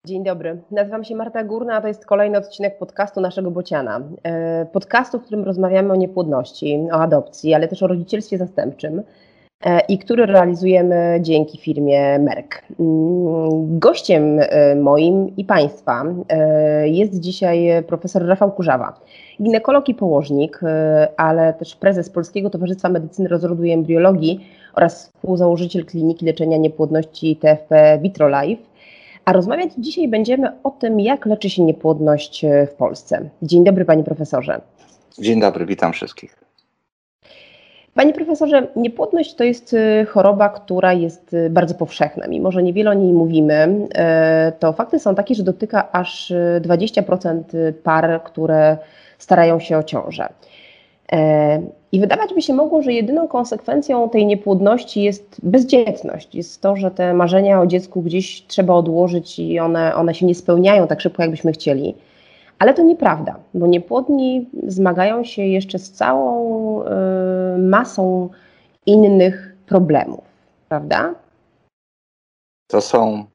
Dzień dobry, nazywam się Marta Górna, a to jest kolejny odcinek podcastu naszego Bociana. Podcastu, w którym rozmawiamy o niepłodności, o adopcji, ale też o rodzicielstwie zastępczym i który realizujemy dzięki firmie Merck. Gościem moim i Państwa jest dzisiaj profesor Rafał Kurzawa, ginekolog i położnik, ale też prezes Polskiego Towarzystwa Medycyny Rozrodu i Embriologii oraz współzałożyciel Kliniki Leczenia Niepłodności TFP VitroLife. A rozmawiać dzisiaj będziemy o tym, jak leczy się niepłodność w Polsce. Dzień dobry, panie profesorze. Dzień dobry, witam wszystkich. Panie profesorze, niepłodność to jest choroba, która jest bardzo powszechna. Mimo że niewiele o niej mówimy, to fakty są takie, że dotyka aż 20% par, które starają się o ciążę. I wydawać by się mogło, że jedyną konsekwencją tej niepłodności jest bezdzietność. Jest to, że te marzenia o dziecku gdzieś trzeba odłożyć i one się nie spełniają tak szybko, jakbyśmy chcieli. Ale to nieprawda, bo niepłodni zmagają się jeszcze z całą masą innych problemów, prawda? To są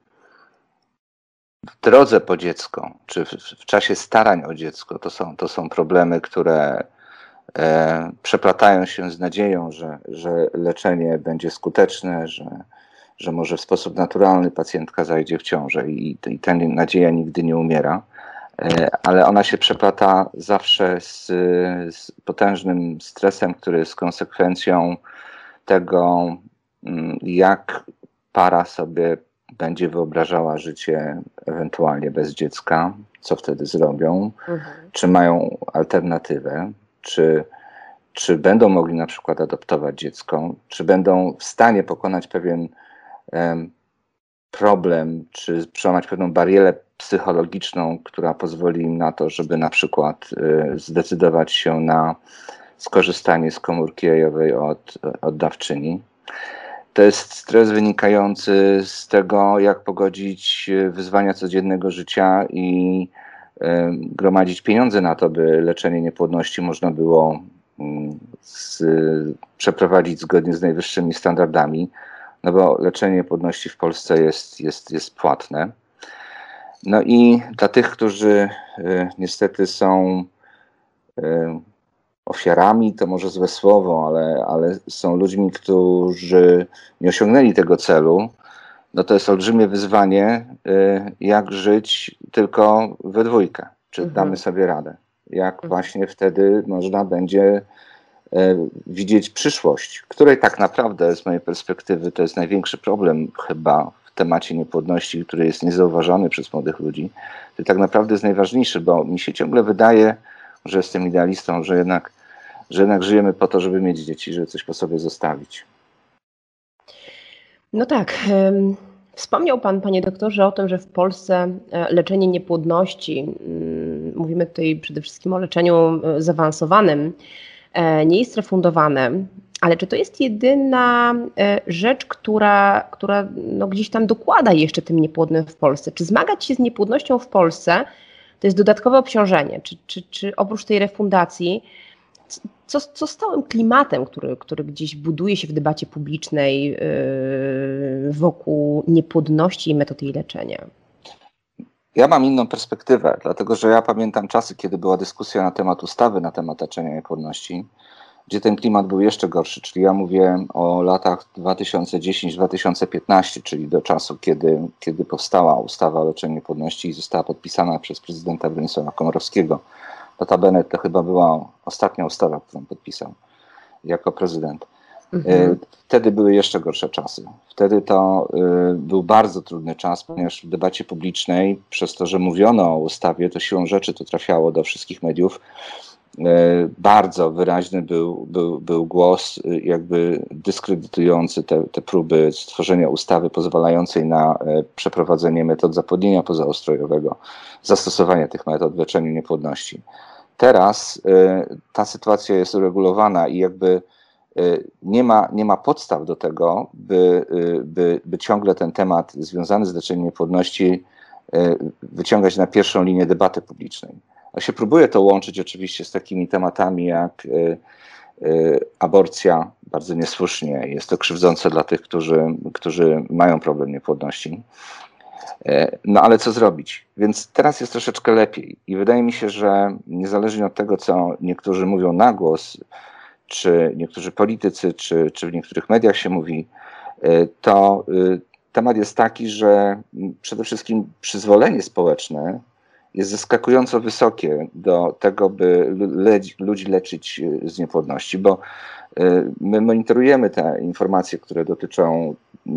w drodze po dziecko, czy w czasie starań o dziecko, to są problemy, które przeplatają się z nadzieją, że leczenie będzie skuteczne, że może w sposób naturalny pacjentka zajdzie w ciążę i ta nadzieja nigdy nie umiera, ale ona się przeplata zawsze z potężnym stresem, który jest konsekwencją tego, jak para sobie będzie wyobrażała życie ewentualnie bez dziecka, co wtedy zrobią, czy mają alternatywę, czy będą mogli na przykład adoptować dziecko, czy będą w stanie pokonać pewien problem, czy przełamać pewną barierę psychologiczną, która pozwoli im na to, żeby na przykład zdecydować się na skorzystanie z komórki jajowej od dawczyni. To jest stres wynikający z tego, jak pogodzić wyzwania codziennego życia i gromadzić pieniądze na to, by leczenie niepłodności można było przeprowadzić zgodnie z najwyższymi standardami, no bo leczenie niepłodności w Polsce jest płatne. No i dla tych, którzy niestety są ofiarami, to może złe słowo, ale są ludźmi, którzy nie osiągnęli tego celu, no to jest olbrzymie wyzwanie, jak żyć tylko we dwójkę. Czy damy sobie radę? Jak właśnie wtedy można będzie widzieć przyszłość, której tak naprawdę z mojej perspektywy to jest największy problem chyba w temacie niepłodności, który jest niezauważony przez młodych ludzi. To tak naprawdę jest najważniejszy, bo mi się ciągle wydaje, że jestem idealistą, że jednak żyjemy po to, żeby mieć dzieci, żeby coś po sobie zostawić. No tak. Wspomniał pan, panie doktorze, o tym, że w Polsce leczenie niepłodności, mówimy tutaj przede wszystkim o leczeniu zaawansowanym, nie jest refundowane, ale czy to jest jedyna rzecz, która no gdzieś tam dokłada jeszcze tym niepłodnym w Polsce? Czy zmagać się z niepłodnością w Polsce to jest dodatkowe obciążenie? Czy oprócz tej refundacji, co z całym klimatem, który gdzieś buduje się w debacie publicznej wokół niepłodności i metod jej leczenia? Ja mam inną perspektywę, dlatego że ja pamiętam czasy, kiedy była dyskusja na temat ustawy, na temat leczenia niepłodności, gdzie ten klimat był jeszcze gorszy, czyli ja mówię o latach 2010-2015, czyli do czasu, kiedy powstała ustawa o leczeniu niepłodności i została podpisana przez prezydenta Bronisława Komorowskiego. Notabene to chyba była ostatnia ustawa, którą podpisał jako prezydent. Wtedy były jeszcze gorsze czasy. Wtedy to był bardzo trudny czas, ponieważ w debacie publicznej, przez to, że mówiono o ustawie, to siłą rzeczy to trafiało do wszystkich mediów. Bardzo wyraźny był głos jakby dyskredytujący te próby stworzenia ustawy pozwalającej na przeprowadzenie metod zapłodnienia pozaustrojowego, zastosowania tych metod w leczeniu niepłodności. Teraz ta sytuacja jest uregulowana i jakby nie ma podstaw do tego, by ciągle ten temat związany z leczeniem niepłodności wyciągać na pierwszą linię debaty publicznej. A się próbuje to łączyć oczywiście z takimi tematami jak aborcja, bardzo niesłusznie, jest to krzywdzące dla tych, którzy mają problem niepłodności. No ale co zrobić? Więc teraz jest troszeczkę lepiej i wydaje mi się, że niezależnie od tego, co niektórzy mówią na głos, czy niektórzy politycy, czy w niektórych mediach się mówi, to temat jest taki, że przede wszystkim przyzwolenie społeczne jest zaskakująco wysokie do tego, by ludzi leczyć z niepłodności, bo my monitorujemy te informacje, które dotyczą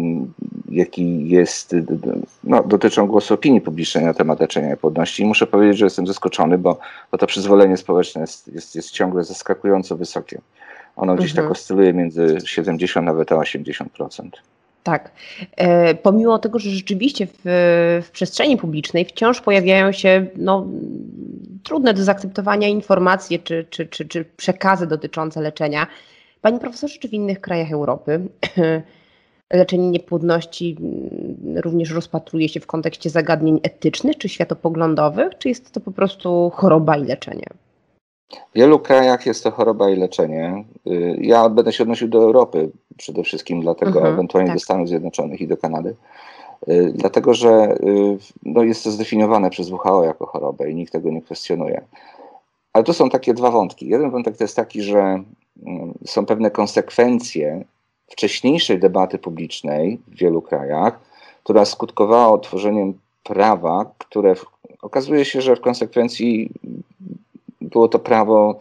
dotyczą głosu opinii publicznej na temat leczenia niepłodności i muszę powiedzieć, że jestem zaskoczony, bo to przyzwolenie społeczne jest ciągle zaskakująco wysokie. Ono gdzieś tak oscyluje między 70 nawet a 80%. Tak. Pomimo tego, że rzeczywiście w przestrzeni publicznej wciąż pojawiają się trudne do zaakceptowania informacje czy przekazy dotyczące leczenia. Panie profesorze, czy w innych krajach Europy leczenie niepłodności również rozpatruje się w kontekście zagadnień etycznych czy światopoglądowych, czy jest to po prostu choroba i leczenie? W wielu krajach jest to choroba i leczenie. Ja będę się odnosił do Europy przede wszystkim, dlatego ewentualnie do Stanów Zjednoczonych i do Kanady. Dlatego, że jest to zdefiniowane przez WHO jako chorobę i nikt tego nie kwestionuje. Ale tu są takie dwa wątki. Jeden wątek to jest taki, że są pewne konsekwencje wcześniejszej debaty publicznej w wielu krajach, która skutkowała tworzeniem prawa, które okazuje się, że w konsekwencji było to prawo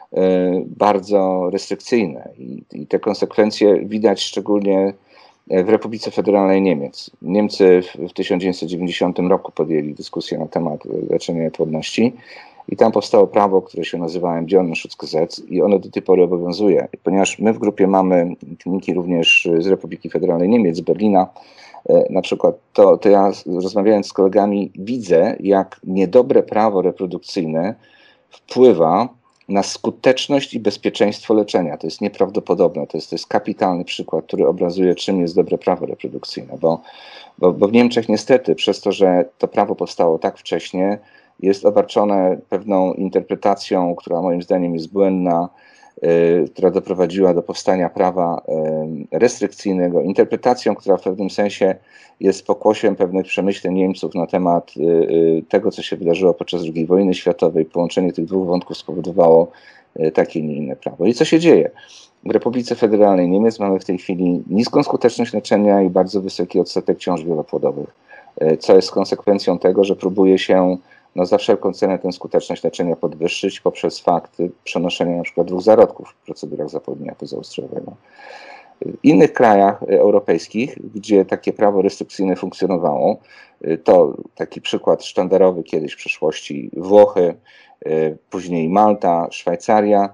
bardzo restrykcyjne i te konsekwencje widać szczególnie w Republice Federalnej Niemiec. Niemcy w 1990 roku podjęli dyskusję na temat leczenia niepłodności i tam powstało prawo, które się nazywa Embryonenschutzgesetz i ono do tej pory obowiązuje. I ponieważ my w grupie mamy kliniki również z Republiki Federalnej Niemiec, z Berlina, na przykład, to ja rozmawiając z kolegami widzę, jak niedobre prawo reprodukcyjne wpływa na skuteczność i bezpieczeństwo leczenia. To jest nieprawdopodobne. To jest kapitalny przykład, który obrazuje, czym jest dobre prawo reprodukcyjne. Bo w Niemczech niestety, przez to, że to prawo powstało tak wcześnie, jest obarczone pewną interpretacją, która moim zdaniem jest błędna, która doprowadziła do powstania prawa restrykcyjnego, interpretacją, która w pewnym sensie jest pokłosiem pewnych przemyśleń Niemców na temat tego, co się wydarzyło podczas II wojny światowej. Połączenie tych dwóch wątków spowodowało takie, nie inne prawo. I co się dzieje? W Republice Federalnej Niemiec mamy w tej chwili niską skuteczność leczenia i bardzo wysoki odsetek ciąż wielopłodowych, co jest konsekwencją tego, że próbuje się za wszelką cenę tę skuteczność leczenia podwyższyć poprzez fakt przenoszenia na przykład 2 zarodków w procedurach zapłodnienia pozaustrojowego. W innych krajach europejskich, gdzie takie prawo restrykcyjne funkcjonowało, to taki przykład sztandarowy kiedyś w przeszłości Włochy, później Malta, Szwajcaria,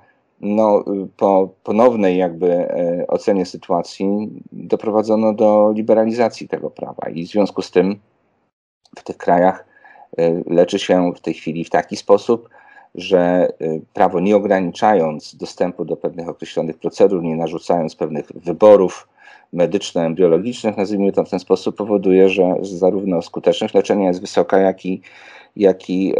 po ponownej ocenie sytuacji doprowadzono do liberalizacji tego prawa i w związku z tym w tych krajach leczy się w tej chwili w taki sposób, że prawo nie ograniczając dostępu do pewnych określonych procedur, nie narzucając pewnych wyborów medyczno-embriologicznych, nazwijmy to w ten sposób, powoduje, że zarówno skuteczność leczenia jest wysoka, jak i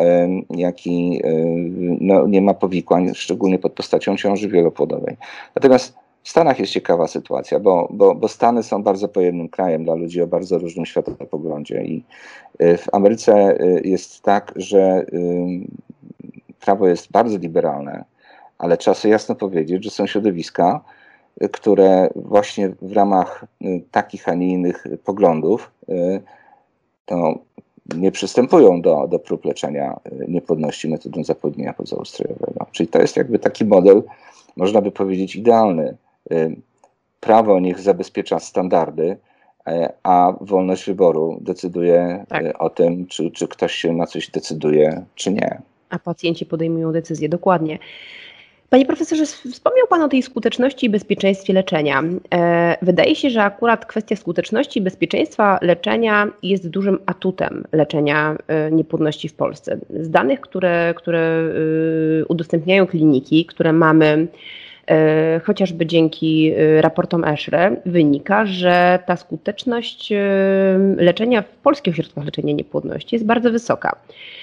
nie ma powikłań, szczególnie pod postacią ciąży wielopłodowej. Natomiast w Stanach jest ciekawa sytuacja, bo Stany są bardzo pojemnym krajem dla ludzi o bardzo różnym światopoglądzie i w Ameryce jest tak, że prawo jest bardzo liberalne, ale trzeba sobie jasno powiedzieć, że są środowiska, które właśnie w ramach takich, a nie innych poglądów to nie przystępują do prób leczenia niepłodności metodą zapłodnienia pozaustrojowego. Czyli to jest taki model, można by powiedzieć, idealny. Prawo niech zabezpiecza standardy, a wolność wyboru decyduje o tym, czy ktoś się na coś decyduje, czy nie. A pacjenci podejmują decyzję, dokładnie. Panie profesorze, wspomniał Pan o tej skuteczności i bezpieczeństwie leczenia. Wydaje się, że akurat kwestia skuteczności i bezpieczeństwa leczenia jest dużym atutem leczenia niepłodności w Polsce. Z danych, które udostępniają kliniki, które mamy chociażby dzięki raportom ESHRE, wynika, że ta skuteczność leczenia w polskich ośrodkach leczenia niepłodności jest bardzo wysoka.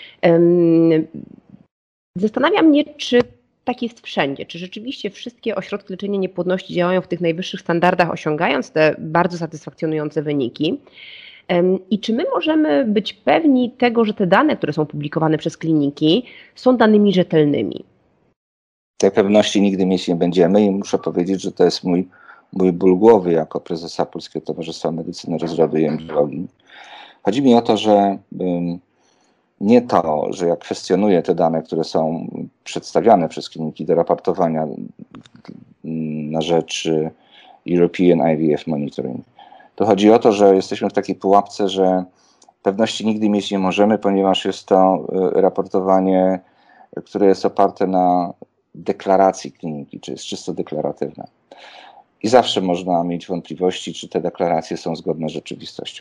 Zastanawiam mnie, czy tak jest wszędzie. Czy rzeczywiście wszystkie ośrodki leczenia niepłodności działają w tych najwyższych standardach, osiągając te bardzo satysfakcjonujące wyniki? I czy my możemy być pewni tego, że te dane, które są publikowane przez kliniki, są danymi rzetelnymi? Tej pewności nigdy mieć nie będziemy i muszę powiedzieć, że to jest mój ból głowy jako prezesa Polskiego Towarzystwa Medycyny Rozrodu i Embriologii. Chodzi mi o to, że nie to, że ja kwestionuję te dane, które są przedstawiane przez kliniki do raportowania na rzecz European IVF Monitoring. To chodzi o to, że jesteśmy w takiej pułapce, że pewności nigdy mieć nie możemy, ponieważ jest to raportowanie, które jest oparte na deklaracji kliniki, czy jest czysto deklaratywne. I zawsze można mieć wątpliwości, czy te deklaracje są zgodne z rzeczywistością.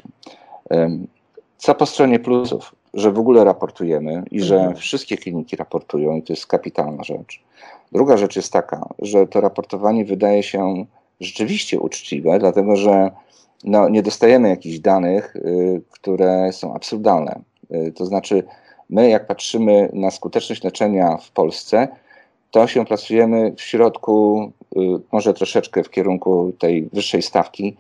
Co po stronie plusów, że w ogóle raportujemy i że wszystkie kliniki raportują i to jest kapitalna rzecz. Druga rzecz jest taka, że to raportowanie wydaje się rzeczywiście uczciwe, dlatego że nie dostajemy jakichś danych, które są absurdalne. To znaczy my jak patrzymy na skuteczność leczenia w Polsce, to się plasujemy w środku, może troszeczkę w kierunku tej wyższej stawki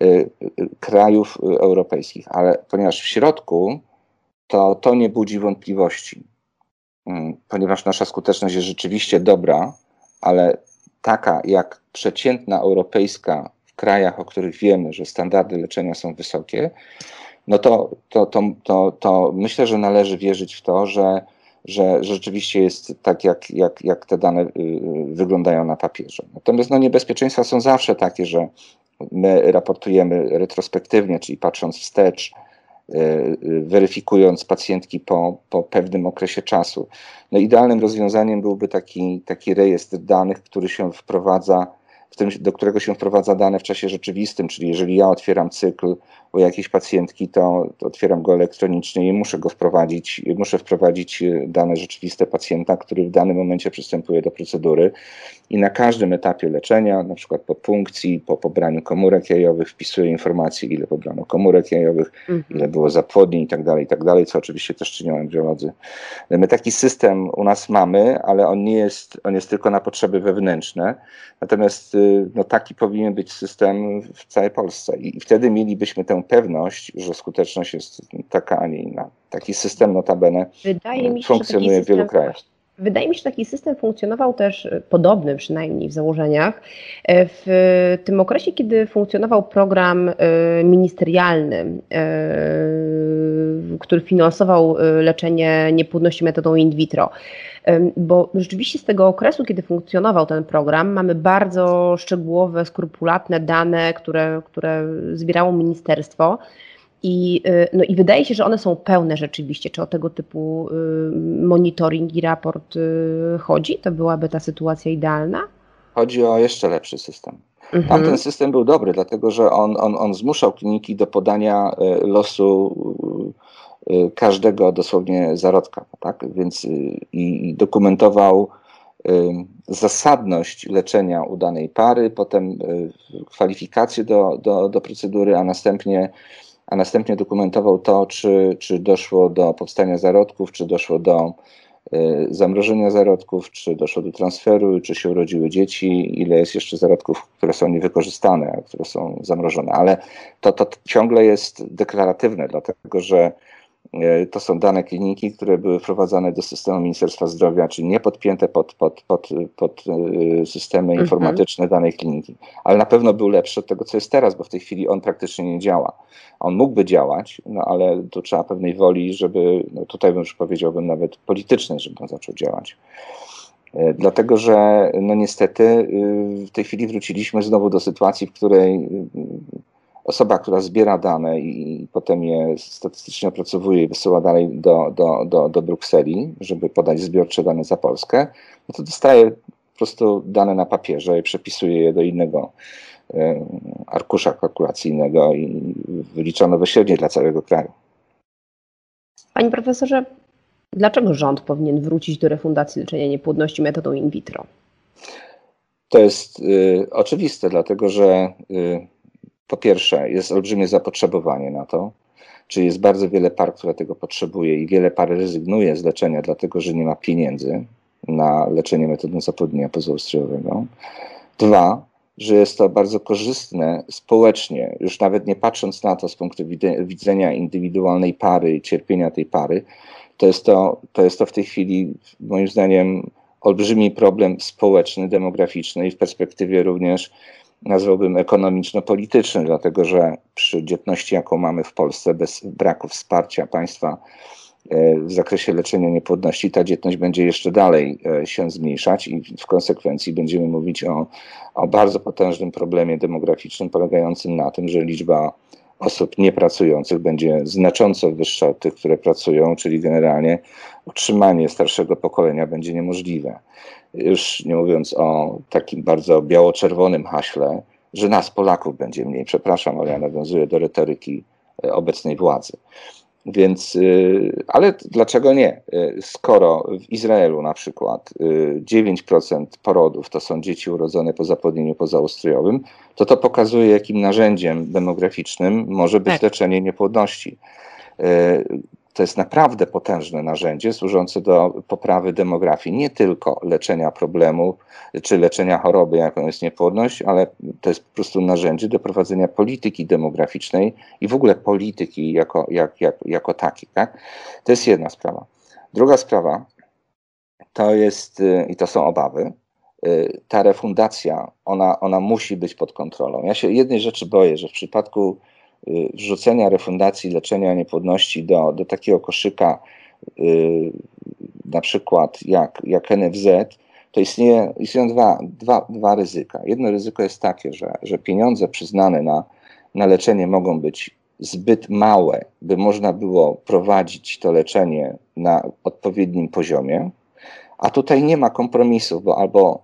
krajów europejskich, ale ponieważ w środku to nie budzi wątpliwości, ponieważ nasza skuteczność jest rzeczywiście dobra, ale taka jak przeciętna europejska w krajach, o których wiemy, że standardy leczenia są wysokie, no to myślę, że należy wierzyć w to, że rzeczywiście jest tak, jak te dane wyglądają na papierze. Natomiast niebezpieczeństwa są zawsze takie, że my raportujemy retrospektywnie, czyli patrząc wstecz, weryfikując pacjentki po pewnym okresie czasu. Idealnym rozwiązaniem byłby taki rejestr danych, który się wprowadza, do którego się wprowadza dane w czasie rzeczywistym, czyli jeżeli ja otwieram cykl u jakiejś pacjentki, to otwieram go elektronicznie i muszę wprowadzić dane rzeczywiste pacjenta, który w danym momencie przystępuje do procedury i na każdym etapie leczenia, na przykład po punkcji, po pobraniu komórek jajowych, wpisuję informacje, ile pobrano komórek jajowych, ile było zapłodnień i tak dalej, co oczywiście też czynią embriolodzy. My taki system u nas mamy, ale on jest tylko na potrzeby wewnętrzne, natomiast taki powinien być system w całej Polsce i wtedy mielibyśmy tę pewność, że skuteczność jest taka, a nie inna. Taki system notabene funkcjonuje w wielu krajach. Wydaje mi się, że taki system funkcjonował też, podobny przynajmniej w założeniach, w tym okresie, kiedy funkcjonował program ministerialny, który finansował leczenie niepłodności metodą in vitro. Bo rzeczywiście z tego okresu, kiedy funkcjonował ten program, mamy bardzo szczegółowe, skrupulatne dane, które zbierało ministerstwo. I wydaje się, że one są pełne rzeczywiście. Czy o tego typu monitoring i raport chodzi? To byłaby ta sytuacja idealna? Chodzi o jeszcze lepszy system. Tamten system był dobry, dlatego że on zmuszał kliniki do podania losu każdego dosłownie zarodka, tak? Więc i dokumentował zasadność leczenia u danej pary, potem kwalifikacje do procedury, a następnie dokumentował to, czy doszło do powstania zarodków, czy doszło do zamrożenia zarodków, czy doszło do transferu, czy się urodziły dzieci, ile jest jeszcze zarodków, które są niewykorzystane, a które są zamrożone. Ale to ciągle jest deklaratywne, dlatego że to są dane kliniki, które były wprowadzane do systemu Ministerstwa Zdrowia, czyli nie podpięte pod systemy informatyczne danej kliniki. Ale na pewno był lepszy od tego, co jest teraz, bo w tej chwili on praktycznie nie działa. On mógłby działać, ale tu trzeba pewnej woli, żeby, tutaj bym już powiedziałbym nawet politycznej, żeby on zaczął działać. Dlatego, że niestety w tej chwili wróciliśmy znowu do sytuacji, w której osoba, która zbiera dane i potem je statystycznie opracowuje i wysyła dalej do Brukseli, żeby podać zbiorcze dane za Polskę, to dostaje po prostu dane na papierze i przepisuje je do innego arkusza kalkulacyjnego i wylicza nowe średnie dla całego kraju. Panie profesorze, dlaczego rząd powinien wrócić do refundacji leczenia niepłodności metodą in vitro? To jest oczywiste, dlatego że po pierwsze jest olbrzymie zapotrzebowanie na to, czyli jest bardzo wiele par, które tego potrzebuje i wiele par rezygnuje z leczenia, dlatego że nie ma pieniędzy na leczenie metodą zapłodnienia pozaustrojowego. Dwa, że jest to bardzo korzystne społecznie, już nawet nie patrząc na to z punktu widzenia indywidualnej pary i cierpienia tej pary, to jest to w tej chwili moim zdaniem olbrzymi problem społeczny, demograficzny i w perspektywie również nazwałbym ekonomiczno-polityczny, dlatego że przy dzietności, jaką mamy w Polsce, bez braku wsparcia państwa w zakresie leczenia niepłodności, ta dzietność będzie jeszcze dalej się zmniejszać i w konsekwencji będziemy mówić o bardzo potężnym problemie demograficznym polegającym na tym, że liczba osób niepracujących będzie znacząco wyższa od tych, które pracują, czyli generalnie utrzymanie starszego pokolenia będzie niemożliwe. Już nie mówiąc o takim bardzo biało-czerwonym haśle, że nas Polaków będzie mniej. Przepraszam, ale ja nawiązuję do retoryki obecnej władzy. Więc, ale dlaczego nie? Skoro w Izraelu na przykład 9% porodów to są dzieci urodzone po zapłodnieniu pozaustrojowym, to pokazuje, jakim narzędziem demograficznym może być leczenie niepłodności. To jest naprawdę potężne narzędzie służące do poprawy demografii, nie tylko leczenia problemu czy leczenia choroby, jaką jest niepłodność, ale to jest po prostu narzędzie do prowadzenia polityki demograficznej i w ogóle polityki jako takiej. Tak? To jest jedna sprawa. Druga sprawa to jest, i to są obawy, ta refundacja, ona musi być pod kontrolą. Ja się jednej rzeczy boję, że w przypadku wrzucenia refundacji leczenia niepłodności do takiego koszyka, na przykład jak NFZ, to istnieją dwa ryzyka. Jedno ryzyko jest takie, że pieniądze przyznane na leczenie mogą być zbyt małe, by można było prowadzić to leczenie na odpowiednim poziomie, a tutaj nie ma kompromisów, bo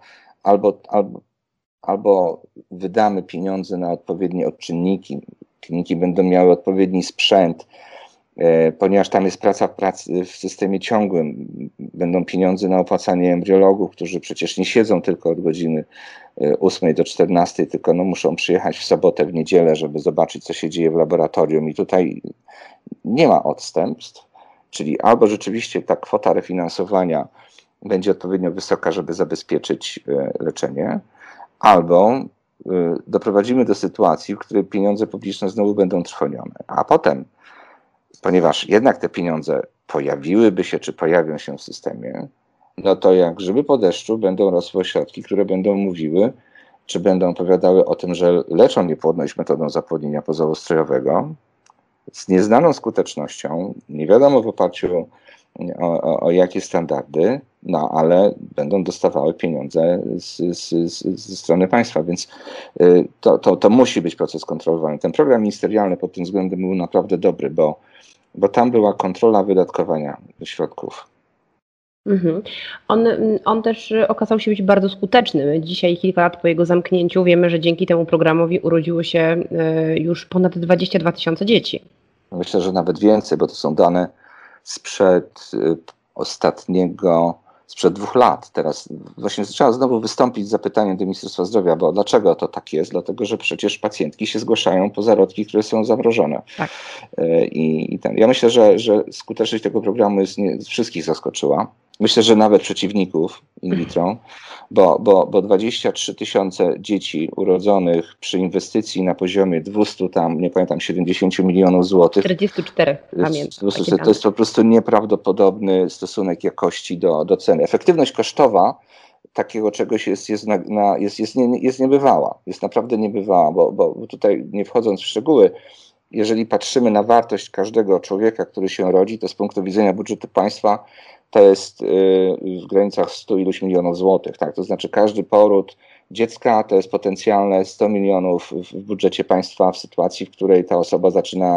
albo wydamy pieniądze na odpowiednie odczynniki, kliniki będą miały odpowiedni sprzęt, ponieważ tam jest praca w systemie ciągłym, będą pieniądze na opłacanie embriologów, którzy przecież nie siedzą tylko od godziny 8 do 14, tylko muszą przyjechać w sobotę, w niedzielę, żeby zobaczyć, co się dzieje w laboratorium i tutaj nie ma odstępstw, czyli albo rzeczywiście ta kwota refinansowania będzie odpowiednio wysoka, żeby zabezpieczyć leczenie, albo doprowadzimy do sytuacji, w której pieniądze publiczne znowu będą trwonione. A potem, ponieważ jednak te pieniądze pojawiłyby się, czy pojawią się w systemie, no to jak grzyby po deszczu będą rosły ośrodki, które będą mówiły, czy będą opowiadały o tym, że leczą niepłodność metodą zapłodnienia pozaustrojowego z nieznaną skutecznością, nie wiadomo w oparciu o jakie standardy, no ale będą dostawały pieniądze ze strony państwa, więc to musi być proces kontrolowany. Ten program ministerialny pod tym względem był naprawdę dobry, bo tam była kontrola wydatkowania środków. On też okazał się być bardzo skuteczny. Dzisiaj, kilka lat po jego zamknięciu, wiemy, że dzięki temu programowi urodziło się już ponad 22 000 dzieci. Myślę, że nawet więcej, bo to są dane sprzed 2 lat. Teraz właśnie trzeba znowu wystąpić z zapytaniem do Ministerstwa Zdrowia, bo dlaczego to tak jest? Dlatego, że przecież pacjentki się zgłaszają po zarodki, które są zamrożone. Tak. Ja myślę, że skuteczność tego programu wszystkich zaskoczyła. Myślę, że nawet przeciwników in vitro, bo 23 000 dzieci urodzonych przy inwestycji na poziomie 200, tam nie pamiętam, 70 milionów złotych. 44, pamiętam. To jest po prostu nieprawdopodobny stosunek jakości do ceny. Efektywność kosztowa takiego czegoś jest niebywała. Jest naprawdę niebywała, bo tutaj nie wchodząc w szczegóły, jeżeli patrzymy na wartość każdego człowieka, który się rodzi, to z punktu widzenia budżetu państwa to jest w granicach 100 iluś milionów złotych. Tak? To znaczy każdy poród dziecka to jest potencjalne 100 milionów w budżecie państwa w sytuacji, w której ta osoba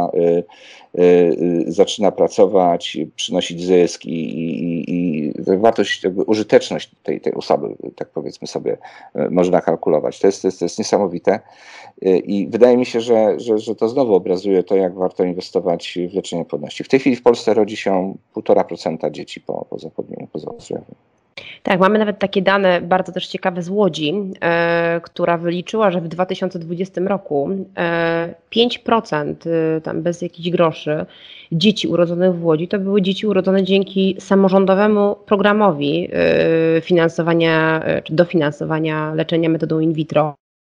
zaczyna pracować, przynosić zysk i wartość, użyteczność tej osoby, tak powiedzmy sobie, można kalkulować. To jest niesamowite i wydaje mi się, że to znowu obrazuje to, jak warto inwestować w leczenie płodności. W tej chwili w Polsce rodzi się 1,5% dzieci po zapłodnieniu pozaustrojowym. Tak, mamy nawet takie dane bardzo też ciekawe z Łodzi, która wyliczyła, że w 2020 roku 5%, tam bez jakichś groszy, dzieci urodzonych w Łodzi to były dzieci urodzone dzięki samorządowemu programowi finansowania czy dofinansowania leczenia metodą in vitro.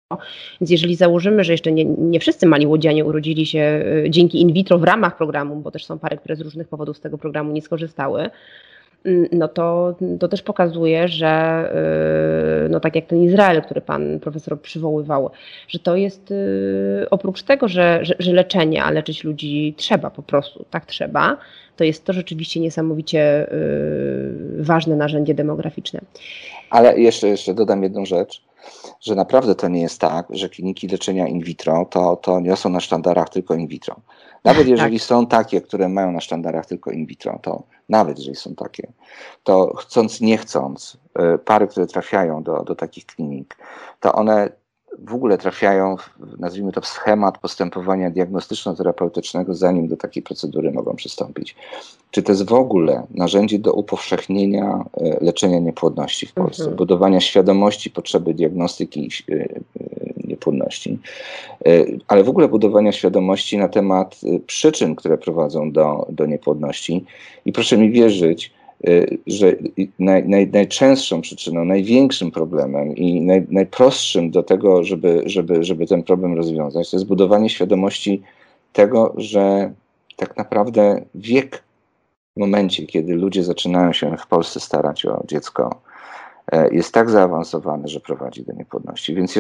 Więc jeżeli założymy, że jeszcze nie wszyscy mali łodzianie urodzili się dzięki in vitro w ramach programu, bo też są pary, które z różnych powodów z tego programu nie skorzystały, no to też pokazuje, że no tak jak ten Izrael, który pan profesor przywoływał, że to jest oprócz tego, że leczenie, a leczyć ludzi trzeba po prostu, tak trzeba, to jest to rzeczywiście niesamowicie ważne narzędzie demograficzne. Ale jeszcze dodam jedną rzecz, że naprawdę to nie jest tak, że kliniki leczenia in vitro to niosą na sztandarach tylko in vitro. Nawet jeżeli są takie, które mają na sztandarach tylko in vitro, to nawet jeżeli są takie, to chcąc nie chcąc, pary, które trafiają do takich klinik, to one w ogóle trafiają, nazwijmy to, w schemat postępowania diagnostyczno-terapeutycznego, zanim do takiej procedury mogą przystąpić. Czy to jest w ogóle narzędzie do upowszechnienia leczenia niepłodności w Polsce, budowania świadomości potrzeby diagnostyki niepłodności, ale w ogóle budowania świadomości na temat przyczyn, które prowadzą do niepłodności. I proszę mi wierzyć, że najczęstszą przyczyną, największym problemem i najprostszym do tego, żeby ten problem rozwiązać, to jest budowanie świadomości tego, że tak naprawdę wiek w momencie, kiedy ludzie zaczynają się w Polsce starać o dziecko, jest tak zaawansowany, że prowadzi do niepłodności. Więc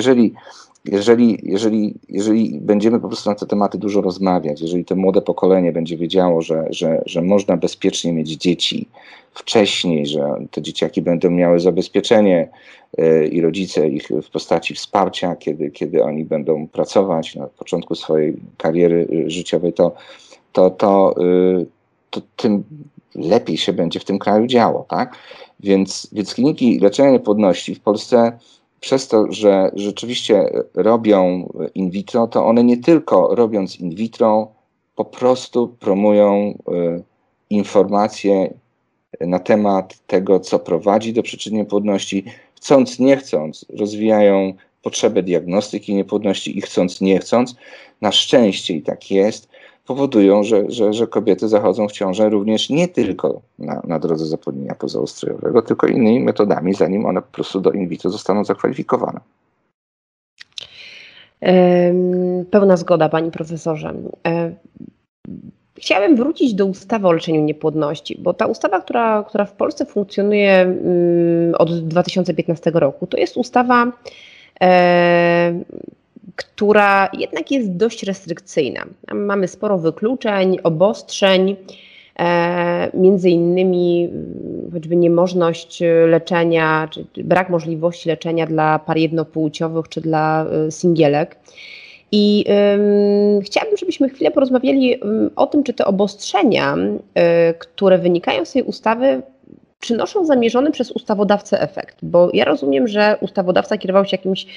jeżeli będziemy po prostu na te tematy dużo rozmawiać, jeżeli to młode pokolenie będzie wiedziało, że można bezpiecznie mieć dzieci wcześniej, że te dzieciaki będą miały zabezpieczenie i rodzice ich w postaci wsparcia, kiedy oni będą pracować na początku swojej kariery życiowej, to tym lepiej się będzie w tym kraju działo, tak? Więc kliniki leczenia niepłodności w Polsce przez to, że rzeczywiście robią in vitro, to one nie tylko robiąc in vitro po prostu promują informacje na temat tego, co prowadzi do przyczyn niepłodności, chcąc nie chcąc rozwijają potrzebę diagnostyki niepłodności i chcąc nie chcąc, na szczęście i tak jest, powodują, że kobiety zachodzą w ciążę również nie tylko na drodze zapłodnienia pozaustrojowego, tylko innymi metodami, zanim one po prostu do in vitro zostaną zakwalifikowane. Pełna zgoda, panie profesorze. Chciałabym wrócić do ustawy o leczeniu niepłodności, bo ta ustawa, która w Polsce funkcjonuje od 2015 roku, to jest ustawa, która jednak jest dość restrykcyjna. Mamy sporo wykluczeń, obostrzeń, między innymi choćby niemożność leczenia, czy brak możliwości leczenia dla par jednopłciowych czy dla singielek. I chciałabym, żebyśmy chwilę porozmawiali o tym, czy te obostrzenia, które wynikają z tej ustawy, przynoszą zamierzony przez ustawodawcę efekt. Bo ja rozumiem, że ustawodawca kierował się jakimś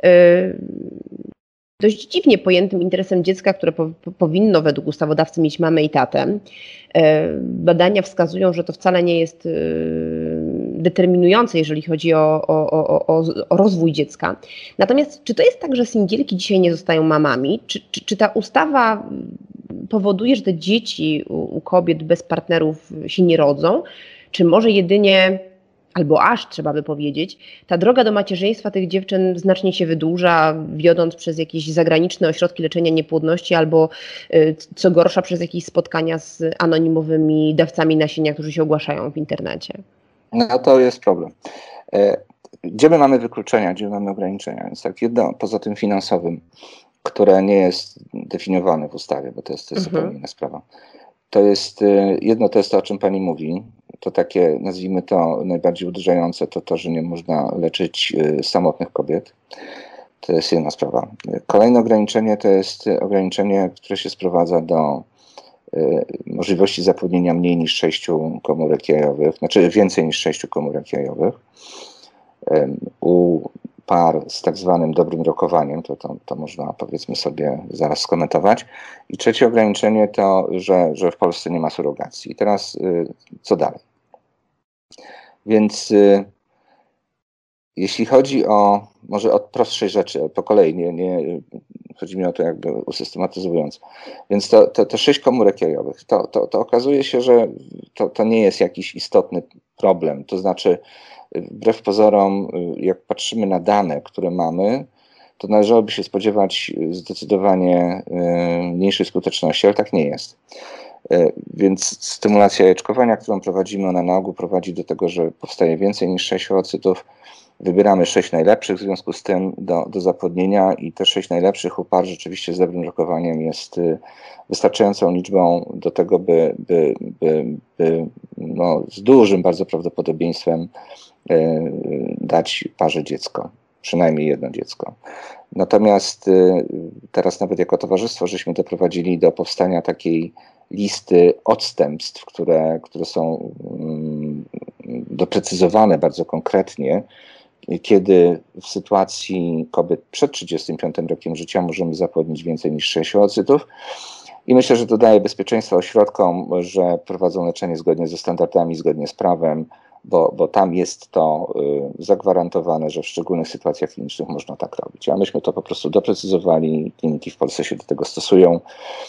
dość dziwnie pojętym interesem dziecka, które powinno według ustawodawcy mieć mamę i tatę. Badania wskazują, że to wcale nie jest determinujące, jeżeli chodzi o rozwój dziecka. Natomiast czy to jest tak, że singielki dzisiaj nie zostają mamami? Czy ta ustawa powoduje, że te dzieci u kobiet bez partnerów się nie rodzą? Czy może jedynie, albo aż trzeba by powiedzieć, ta droga do macierzyństwa tych dziewczyn znacznie się wydłuża, wiodąc przez jakieś zagraniczne ośrodki leczenia niepłodności albo co gorsza przez jakieś spotkania z anonimowymi dawcami nasienia, którzy się ogłaszają w internecie? No to jest problem. Gdzie my mamy wykluczenia, gdzie mamy ograniczenia? Więc tak, jedno poza tym finansowym, które nie jest definiowane w ustawie, bo to jest zupełnie inna sprawa. To jest jedno, to jest to, o czym pani mówi. To takie, nazwijmy to, najbardziej uderzające, to, że nie można leczyć samotnych kobiet. To jest jedna sprawa. Kolejne ograniczenie to jest ograniczenie, które się sprowadza do możliwości zapłodnienia mniej niż 6 komórek jajowych, znaczy więcej niż 6 komórek jajowych. U par z tak zwanym dobrym rokowaniem, to można, powiedzmy sobie, zaraz skomentować. I trzecie ograniczenie to, że w Polsce nie ma surogacji. I teraz co dalej? Więc jeśli chodzi może od prostszej rzeczy, po kolei, nie chodzi mi o to jakby usystematyzując. Więc to 6 komórek jajowych, to okazuje się, że to nie jest jakiś istotny problem. To znaczy, wbrew pozorom, jak patrzymy na dane, które mamy, to należałoby się spodziewać zdecydowanie mniejszej skuteczności, ale tak nie jest. Więc stymulacja jajeczkowania, którą prowadzimy, ona na ogół prowadzi do tego, że powstaje więcej niż 6 oocytów. Wybieramy 6 najlepszych w związku z tym do zapłodnienia i te 6 najlepszych u par rzeczywiście z dobrym rokowaniem jest wystarczającą liczbą do tego, by no, z dużym bardzo prawdopodobieństwem dać parze dziecko, przynajmniej jedno dziecko. Natomiast teraz nawet jako towarzystwo żeśmy doprowadzili do powstania takiej listy odstępstw, które są doprecyzowane bardzo konkretnie, kiedy w sytuacji kobiet przed 35 rokiem życia możemy zapłodnić więcej niż 6 oocytów. I myślę, że to daje bezpieczeństwo ośrodkom, że prowadzą leczenie zgodnie ze standardami, zgodnie z prawem, bo tam jest to zagwarantowane, że w szczególnych sytuacjach klinicznych można tak robić. A myśmy to po prostu doprecyzowali, kliniki w Polsce się do tego stosują.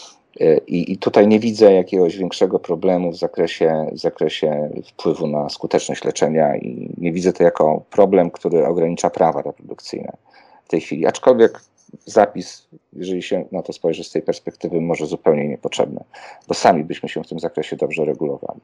I tutaj nie widzę jakiegoś większego problemu w zakresie wpływu na skuteczność leczenia i nie widzę to jako problem, który ogranicza prawa reprodukcyjne w tej chwili. Aczkolwiek zapis, jeżeli się na to spojrzy z tej perspektywy, może zupełnie niepotrzebny, bo sami byśmy się w tym zakresie dobrze regulowali.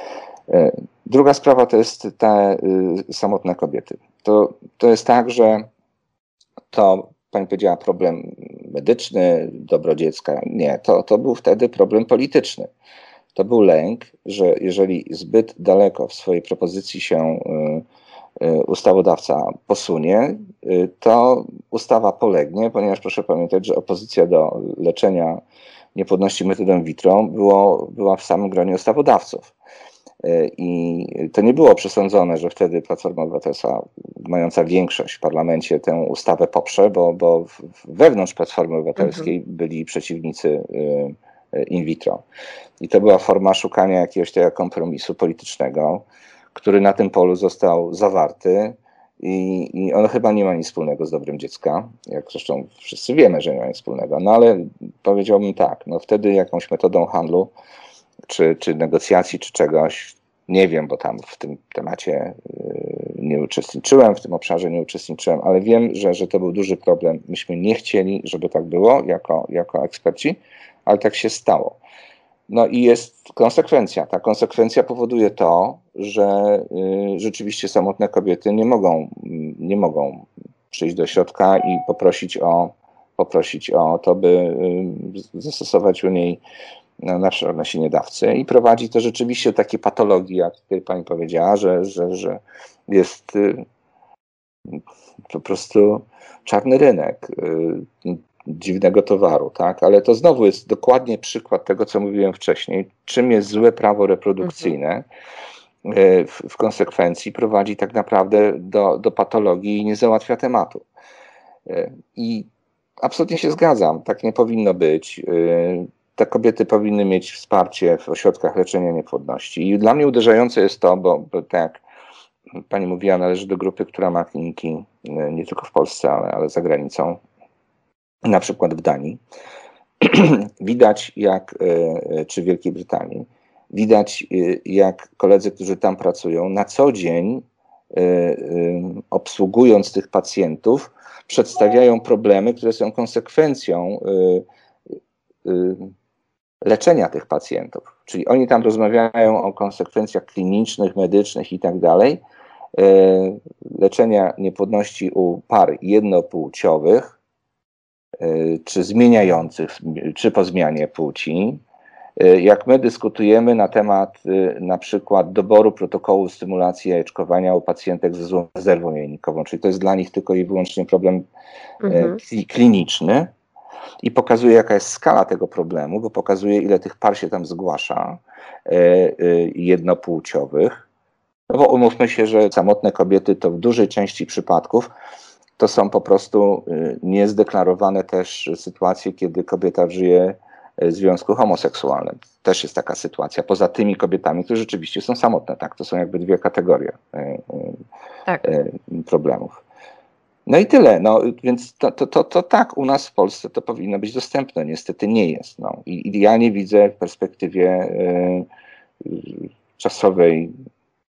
Druga sprawa to jest te samotne kobiety. To jest tak, że to, pani powiedziała, problem medyczny, dobro dziecka. Nie, to był wtedy problem polityczny. To był lęk, że jeżeli zbyt daleko w swojej propozycji się ustawodawca posunie, to ustawa polegnie, ponieważ proszę pamiętać, że opozycja do leczenia niepłodności metodą in vitro była w samym gronie ustawodawców. I to nie było przesądzone, że wtedy Platforma Obywatelska, mająca większość w parlamencie, tę ustawę poprze, bo wewnątrz Platformy Obywatelskiej byli przeciwnicy in vitro. I to była forma szukania jakiegoś tego kompromisu politycznego, który na tym polu został zawarty i on chyba nie ma nic wspólnego z dobrem dziecka, jak zresztą wszyscy wiemy, że nie ma nic wspólnego. No ale powiedziałbym tak, no wtedy jakąś metodą handlu czy negocjacji, czy czegoś, nie wiem, bo tam w tym temacie nie uczestniczyłem, w tym obszarze nie uczestniczyłem, ale wiem, że to był duży problem. Myśmy nie chcieli, żeby tak było jako eksperci, ale tak się stało. No i jest konsekwencja. Ta konsekwencja powoduje to, że rzeczywiście samotne kobiety nie mogą przyjść do środka i poprosić o to, by zastosować u niej na przykład nasieniodawcę i prowadzi to rzeczywiście do takiej patologii, jak tutaj pani powiedziała, że jest po prostu czarny rynek dziwnego towaru, tak? Ale to znowu jest dokładnie przykład tego, co mówiłem wcześniej, czym jest złe prawo reprodukcyjne. W konsekwencji prowadzi tak naprawdę do patologii i nie załatwia tematu. I absolutnie się zgadzam, tak nie powinno być. Te kobiety powinny mieć wsparcie w ośrodkach leczenia niepłodności. I dla mnie uderzające jest to, bo tak jak pani mówiła, należy do grupy, która ma kliniki nie tylko w Polsce, ale za granicą, na przykład w Danii. Widać czy w Wielkiej Brytanii, widać jak koledzy, którzy tam pracują, na co dzień obsługując tych pacjentów, przedstawiają problemy, które są konsekwencją leczenia tych pacjentów. Czyli oni tam rozmawiają o konsekwencjach klinicznych, medycznych i tak dalej, leczenia niepłodności u par jednopłciowych, czy zmieniających, czy po zmianie płci. Jak my dyskutujemy na temat na przykład doboru protokołu stymulacji jajeczkowania u pacjentek ze złą rezerwą jajnikową, czyli to jest dla nich tylko i wyłącznie problem kliniczny, i pokazuje, jaka jest skala tego problemu, bo pokazuje, ile tych par się tam zgłasza jednopłciowych. No bo umówmy się, że samotne kobiety to w dużej części przypadków to są po prostu niezdeklarowane też sytuacje, kiedy kobieta żyje w związku homoseksualnym. Też jest taka sytuacja, poza tymi kobietami, które rzeczywiście są samotne. Tak? To są jakby dwie kategorie problemów. No i tyle. No, więc to tak, u nas w Polsce to powinno być dostępne. Niestety nie jest. No. I ja nie widzę w perspektywie czasowej,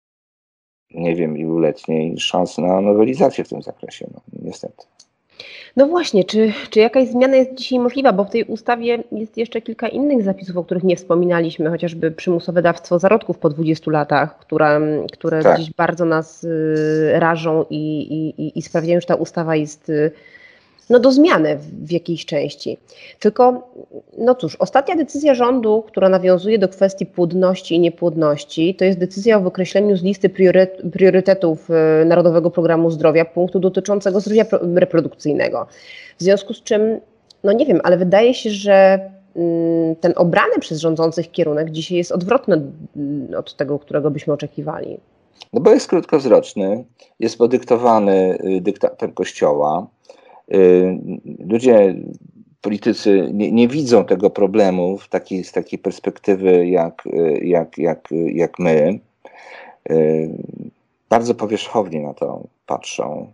nie wiem, iluletniej szans na nowelizację w tym zakresie. No, niestety. No właśnie, czy jakaś zmiana jest dzisiaj możliwa, bo w tej ustawie jest jeszcze kilka innych zapisów, o których nie wspominaliśmy, chociażby przymusowe dawstwo zarodków po 20 latach, które Tak. gdzieś bardzo nas rażą i sprawiają, że ta ustawa jest no, do zmiany w jakiejś części. Tylko, no cóż, ostatnia decyzja rządu, która nawiązuje do kwestii płodności i niepłodności, to jest decyzja o wykreśleniu z listy priorytetów Narodowego Programu Zdrowia punktu dotyczącego zdrowia reprodukcyjnego. W związku z czym, no nie wiem, ale wydaje się, że ten obrany przez rządzących kierunek dzisiaj jest odwrotny od tego, którego byśmy oczekiwali. No bo jest krótkowzroczny, jest podyktowany dyktatem Kościoła. Ludzie, politycy nie widzą tego problemu z takiej perspektywy jak my. Bardzo powierzchownie na to patrzą.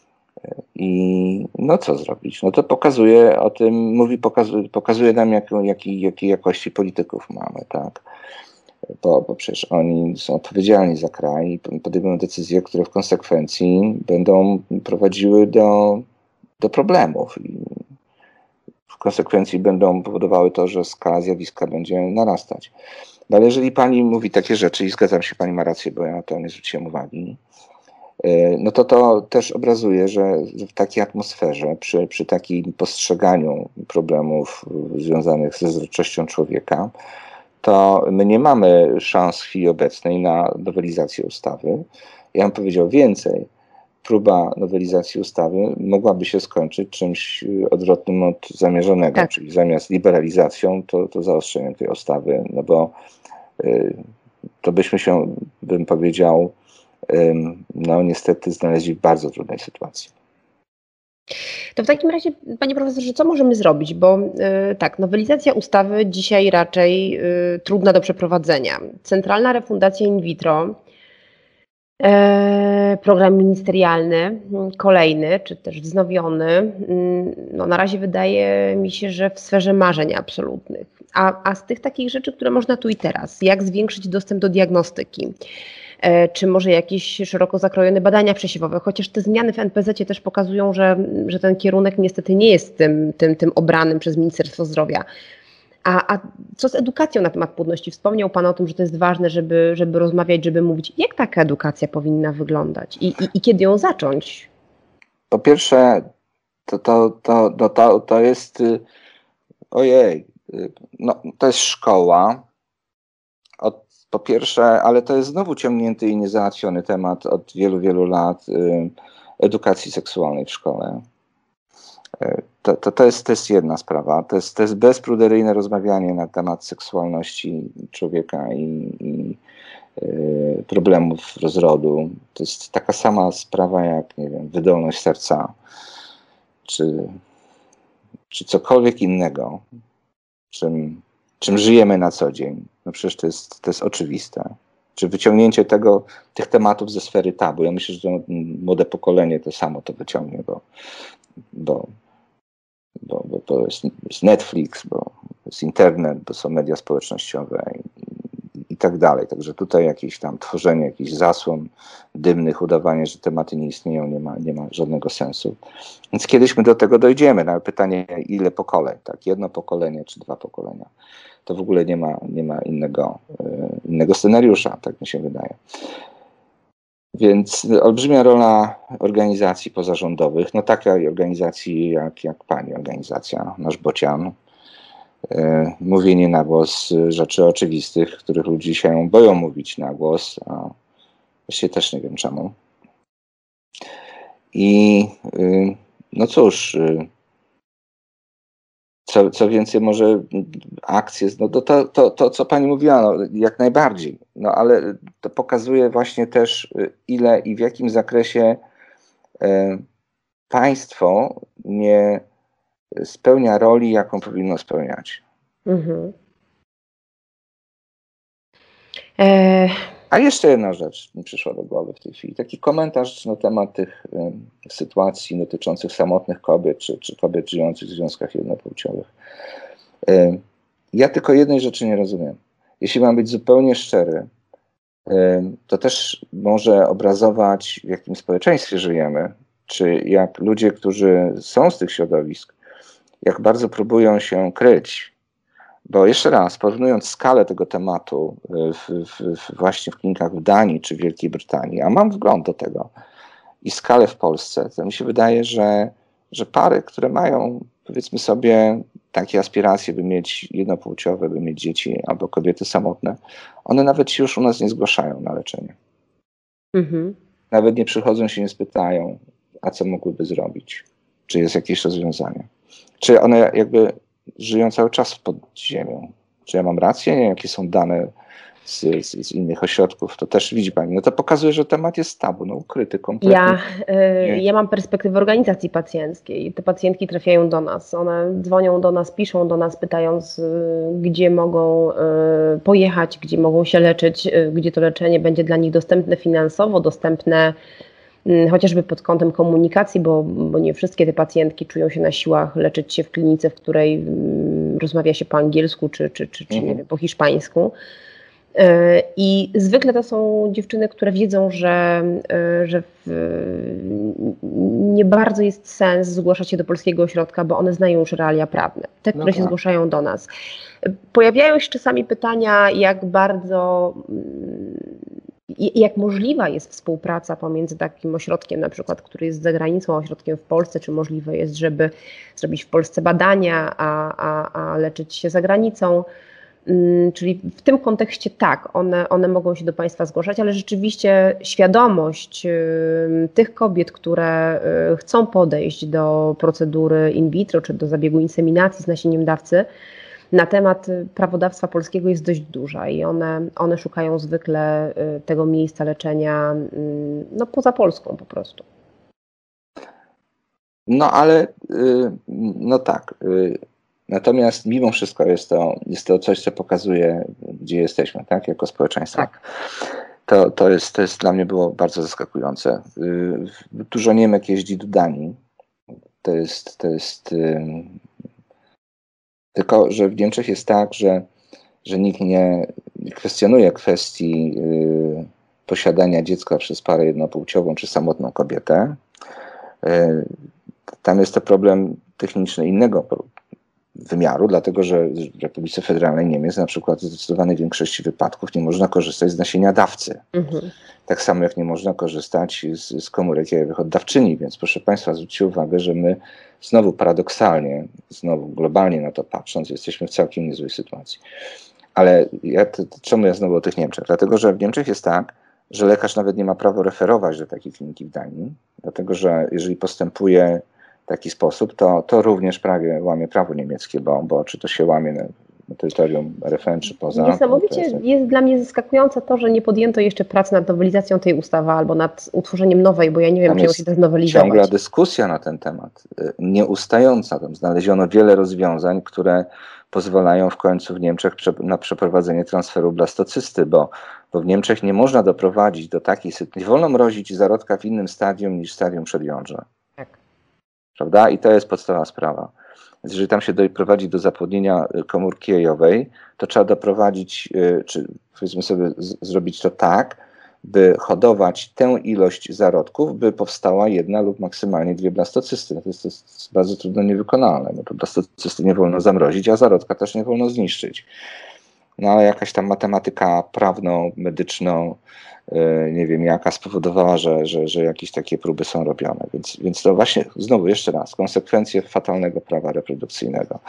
I no co zrobić? No to pokazuje o tym, pokazuje nam jakiej jakości polityków mamy, tak? Bo przecież oni są odpowiedzialni za kraj i podejmują decyzje, które w konsekwencji będą prowadziły do problemów i w konsekwencji będą powodowały to, że skala zjawiska będzie narastać. No ale jeżeli pani mówi takie rzeczy, i zgadzam się, pani ma rację, bo ja na to nie zwróciłem uwagi, no to też obrazuje, że w takiej atmosferze, przy takim postrzeganiu problemów związanych ze zwrotnością człowieka, to my nie mamy szans w chwili obecnej na nowelizację ustawy. Ja bym powiedział więcej. Próba nowelizacji ustawy mogłaby się skończyć czymś odwrotnym od zamierzonego, Tak. czyli zamiast liberalizacją, to zaostrzeniem tej ustawy, no bo to byśmy się, bym powiedział, no niestety znaleźli w bardzo trudnej sytuacji. To w takim razie, panie profesorze, co możemy zrobić? Bo tak, nowelizacja ustawy dzisiaj raczej trudna do przeprowadzenia. Centralna refundacja in vitro, program ministerialny, kolejny, czy też wznowiony, no na razie wydaje mi się, że w sferze marzeń absolutnych. A z tych takich rzeczy, które można tu i teraz, jak zwiększyć dostęp do diagnostyki, czy może jakieś szeroko zakrojone badania przesiewowe, chociaż te zmiany w NPZ też pokazują, że ten kierunek niestety nie jest tym obranym przez Ministerstwo Zdrowia. A co z edukacją na temat płodności? Wspomniał Pan o tym, że to jest ważne, żeby rozmawiać, żeby mówić, jak taka edukacja powinna wyglądać i kiedy ją zacząć? Po pierwsze, to jest, ojej, no, to jest szkoła, po pierwsze, ale to jest znowu ciągnięty i niezałatwiony temat od wielu, wielu lat edukacji seksualnej w szkole. To jest jedna sprawa. To jest bezpruderyjne rozmawianie na temat seksualności człowieka i problemów rozrodu. To jest taka sama sprawa jak, nie wiem, wydolność serca, czy cokolwiek innego, czym żyjemy na co dzień. No przecież to jest oczywiste. Czy wyciągnięcie tych tematów ze sfery tabu. Ja myślę, że to młode pokolenie to samo to wyciągnie, bo to jest Netflix, bo jest internet, bo są media społecznościowe i tak dalej. Także tutaj jakieś tam tworzenie jakichś zasłon dymnych, udawanie, że tematy nie istnieją, nie ma żadnego sensu. Więc kiedyś my do tego dojdziemy. No ale pytanie, ile pokoleń, tak? 1 pokolenie czy 2 pokolenia. To w ogóle nie ma innego scenariusza, tak mi się wydaje. Więc olbrzymia rola organizacji pozarządowych, no takiej organizacji jak pani organizacja, nasz Bocian, mówienie na głos rzeczy oczywistych, których ludzie się boją mówić na głos, a właściwie też nie wiem czemu. I no cóż, co więcej, może akcje, no to co pani mówiła, no, jak najbardziej, no ale to pokazuje właśnie też, ile i w jakim zakresie państwo nie spełnia roli, jaką powinno spełniać. Mhm. A jeszcze jedna rzecz mi przyszła do głowy w tej chwili. Taki komentarz na temat tych sytuacji dotyczących samotnych kobiet, czy kobiet żyjących w związkach jednopłciowych. Ja tylko jednej rzeczy nie rozumiem. Jeśli mam być zupełnie szczery, to też może obrazować, w jakim społeczeństwie żyjemy, czy jak ludzie, którzy są z tych środowisk, jak bardzo próbują się kryć. Bo jeszcze raz, porównując skalę tego tematu właśnie w klinikach w Danii czy Wielkiej Brytanii, a mam wgląd do tego, i skalę w Polsce, to mi się wydaje, że pary, które mają, powiedzmy sobie, takie aspiracje, by mieć jednopłciowe, by mieć dzieci, albo kobiety samotne, one nawet się już u nas nie zgłaszają na leczenie. Nawet nie przychodzą, się nie spytają, a co mogłyby zrobić, czy jest jakieś rozwiązanie. Czy one jakby żyją cały czas pod ziemią. Czy ja mam rację? Nie, jakie są dane z innych ośrodków, to też widzi pani. No to pokazuje, że temat jest tabu, no ukryty kompletnie. Ja mam perspektywę organizacji pacjenckiej. Te pacjentki trafiają do nas. One dzwonią do nas, piszą do nas, pytając, gdzie mogą pojechać, gdzie mogą się leczyć, gdzie to leczenie będzie dla nich dostępne finansowo, dostępne chociażby pod kątem komunikacji, bo nie wszystkie te pacjentki czują się na siłach leczyć się w klinice, w której rozmawia się po angielsku czy nie wiem, po hiszpańsku. I zwykle to są dziewczyny, które wiedzą, że nie bardzo jest sens zgłaszać się do polskiego ośrodka, bo one znają już realia prawne, te, które się zgłaszają do nas. Pojawiają się czasami pytania, jak możliwa jest współpraca pomiędzy takim ośrodkiem, na przykład, który jest za granicą, a ośrodkiem w Polsce, czy możliwe jest, żeby zrobić w Polsce badania, a leczyć się za granicą. Czyli w tym kontekście tak, one mogą się do Państwa zgłaszać, ale rzeczywiście świadomość tych kobiet, które chcą podejść do procedury in vitro, czy do zabiegu inseminacji z nasieniem dawcy, na temat prawodawstwa polskiego jest dość duża i one szukają zwykle tego miejsca leczenia no, poza Polską po prostu. No ale, no tak. Natomiast mimo wszystko jest to coś, co pokazuje, gdzie jesteśmy, tak, jako społeczeństwo. Tak. To jest dla mnie było bardzo zaskakujące. Dużo Niemek jeździ do Danii. To jest tylko, że w Niemczech jest tak, że nikt nie kwestionuje kwestii posiadania dziecka przez parę jednopłciową czy samotną kobietę. Tam jest to problem techniczny innego wymiaru, dlatego że w Republice Federalnej Niemiec na przykład w zdecydowanej większości wypadków nie można korzystać z nasienia dawcy. Tak samo jak nie można korzystać z komórek jajowych od dawczyni, więc proszę Państwa, zwróćcie uwagę, że my znowu paradoksalnie, znowu globalnie na to patrząc, jesteśmy w całkiem niezłej sytuacji. Ale czemu ja znowu o tych Niemczech? Dlatego, że w Niemczech jest tak, że lekarz nawet nie ma prawa referować do takiej kliniki w Danii, dlatego, że jeżeli postępuje w taki sposób, to również prawie łamie prawo niemieckie, bo czy to się łamie na terytorium RFN czy poza. Niesamowicie jest dla mnie zaskakujące to, że nie podjęto jeszcze pracy nad nowelizacją tej ustawy albo nad utworzeniem nowej, bo ja nie wiem, czy ją się da znowelizować. Ciągła dyskusja na ten temat, nieustająca. Tam znaleziono wiele rozwiązań, które pozwalają w końcu w Niemczech na przeprowadzenie transferu blastocysty, bo w Niemczech nie można doprowadzić do takiej sytuacji, nie wolno mrozić zarodka w innym stadium niż stadium przedjądrza. Tak. Prawda? I to jest podstawowa sprawa. Więc jeżeli tam się doprowadzi do zapłodnienia komórki jajowej, to trzeba doprowadzić, czy powiedzmy sobie zrobić to tak, by hodować tę ilość zarodków, by powstała jedna lub maksymalnie dwie blastocysty. To jest bardzo trudno niewykonalne, bo to blastocysty nie wolno zamrozić, a zarodka też nie wolno zniszczyć. No ale jakaś tam matematyka prawną, medyczną, nie wiem jaka, spowodowała, że jakieś takie próby są robione. Więc to właśnie, znowu jeszcze raz, konsekwencje fatalnego prawa reprodukcyjnego.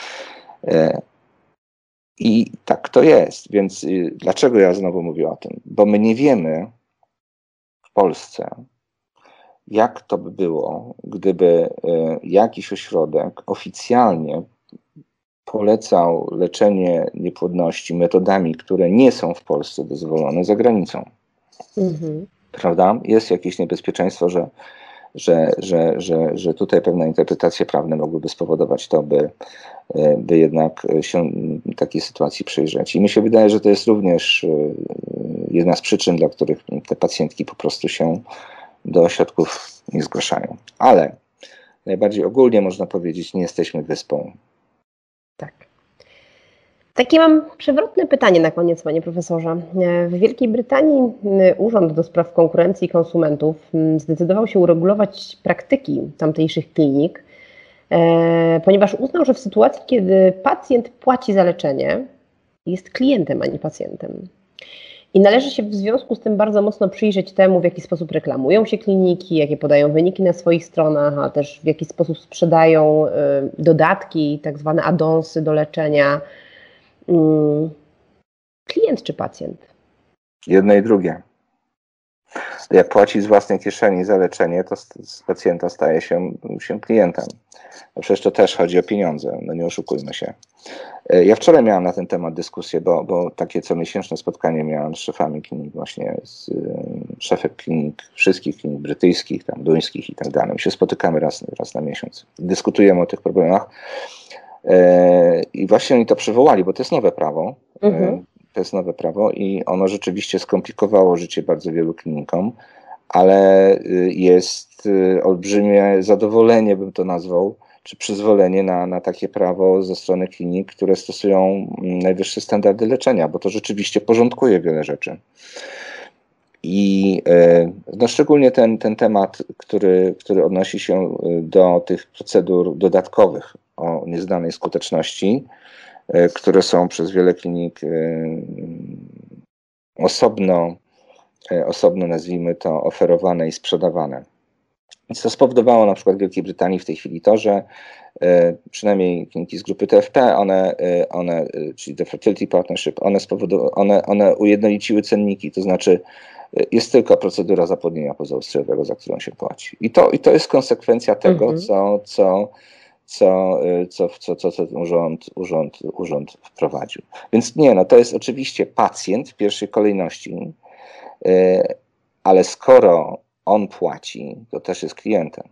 I tak to jest. Więc dlaczego ja znowu mówię o tym? Bo my nie wiemy w Polsce, jak to by było, gdyby jakiś ośrodek oficjalnie polecał leczenie niepłodności metodami, które nie są w Polsce dozwolone za granicą. Prawda? Jest jakieś niebezpieczeństwo, że tutaj pewne interpretacje prawne mogłyby spowodować to, by jednak się takiej sytuacji przyjrzeć. I mi się wydaje, że to jest również jedna z przyczyn, dla których te pacjentki po prostu się do ośrodków nie zgłaszają. Ale najbardziej ogólnie można powiedzieć, nie jesteśmy wyspą. Takie mam przewrotne pytanie na koniec, panie profesorze. W Wielkiej Brytanii Urząd do Spraw Konkurencji i Konsumentów zdecydował się uregulować praktyki tamtejszych klinik, ponieważ uznał, że w sytuacji, kiedy pacjent płaci za leczenie, jest klientem, a nie pacjentem. I należy się w związku z tym bardzo mocno przyjrzeć temu, w jaki sposób reklamują się kliniki, jakie podają wyniki na swoich stronach, a też w jaki sposób sprzedają dodatki, tak zwane addonsy do leczenia. Klient czy pacjent? Jedno i drugie. Jak płaci z własnej kieszeni za leczenie, to z pacjenta staje się klientem. No przecież to też chodzi o pieniądze, no nie oszukujmy się. Ja wczoraj miałem na ten temat dyskusję, bo takie comiesięczne spotkanie miałem z szefami klinik, właśnie z szefem klinik, wszystkich klinik brytyjskich, tam duńskich i tak dalej. My się spotykamy raz na miesiąc. Dyskutujemy o tych problemach. I właśnie oni to przywołali, bo to jest nowe prawo. To jest nowe prawo i ono rzeczywiście skomplikowało życie bardzo wielu klinikom, ale jest olbrzymie zadowolenie, bym to nazwał, czy przyzwolenie na takie prawo ze strony klinik, które stosują najwyższe standardy leczenia, bo to rzeczywiście porządkuje wiele rzeczy. I no szczególnie ten temat, który odnosi się do tych procedur dodatkowych o nieznanej skuteczności, które są przez wiele klinik osobno nazwijmy to, oferowane i sprzedawane. Więc to spowodowało na przykład w Wielkiej Brytanii w tej chwili to, że przynajmniej kliniki z grupy TFP, one czyli The Fertility Partnership, one ujednoliciły cenniki, to znaczy jest tylko procedura zapłodnienia pozaustrojowego, za którą się płaci. I to jest konsekwencja tego, co ten urząd wprowadził. Więc nie, no to jest oczywiście pacjent w pierwszej kolejności, ale skoro on płaci, to też jest klientem.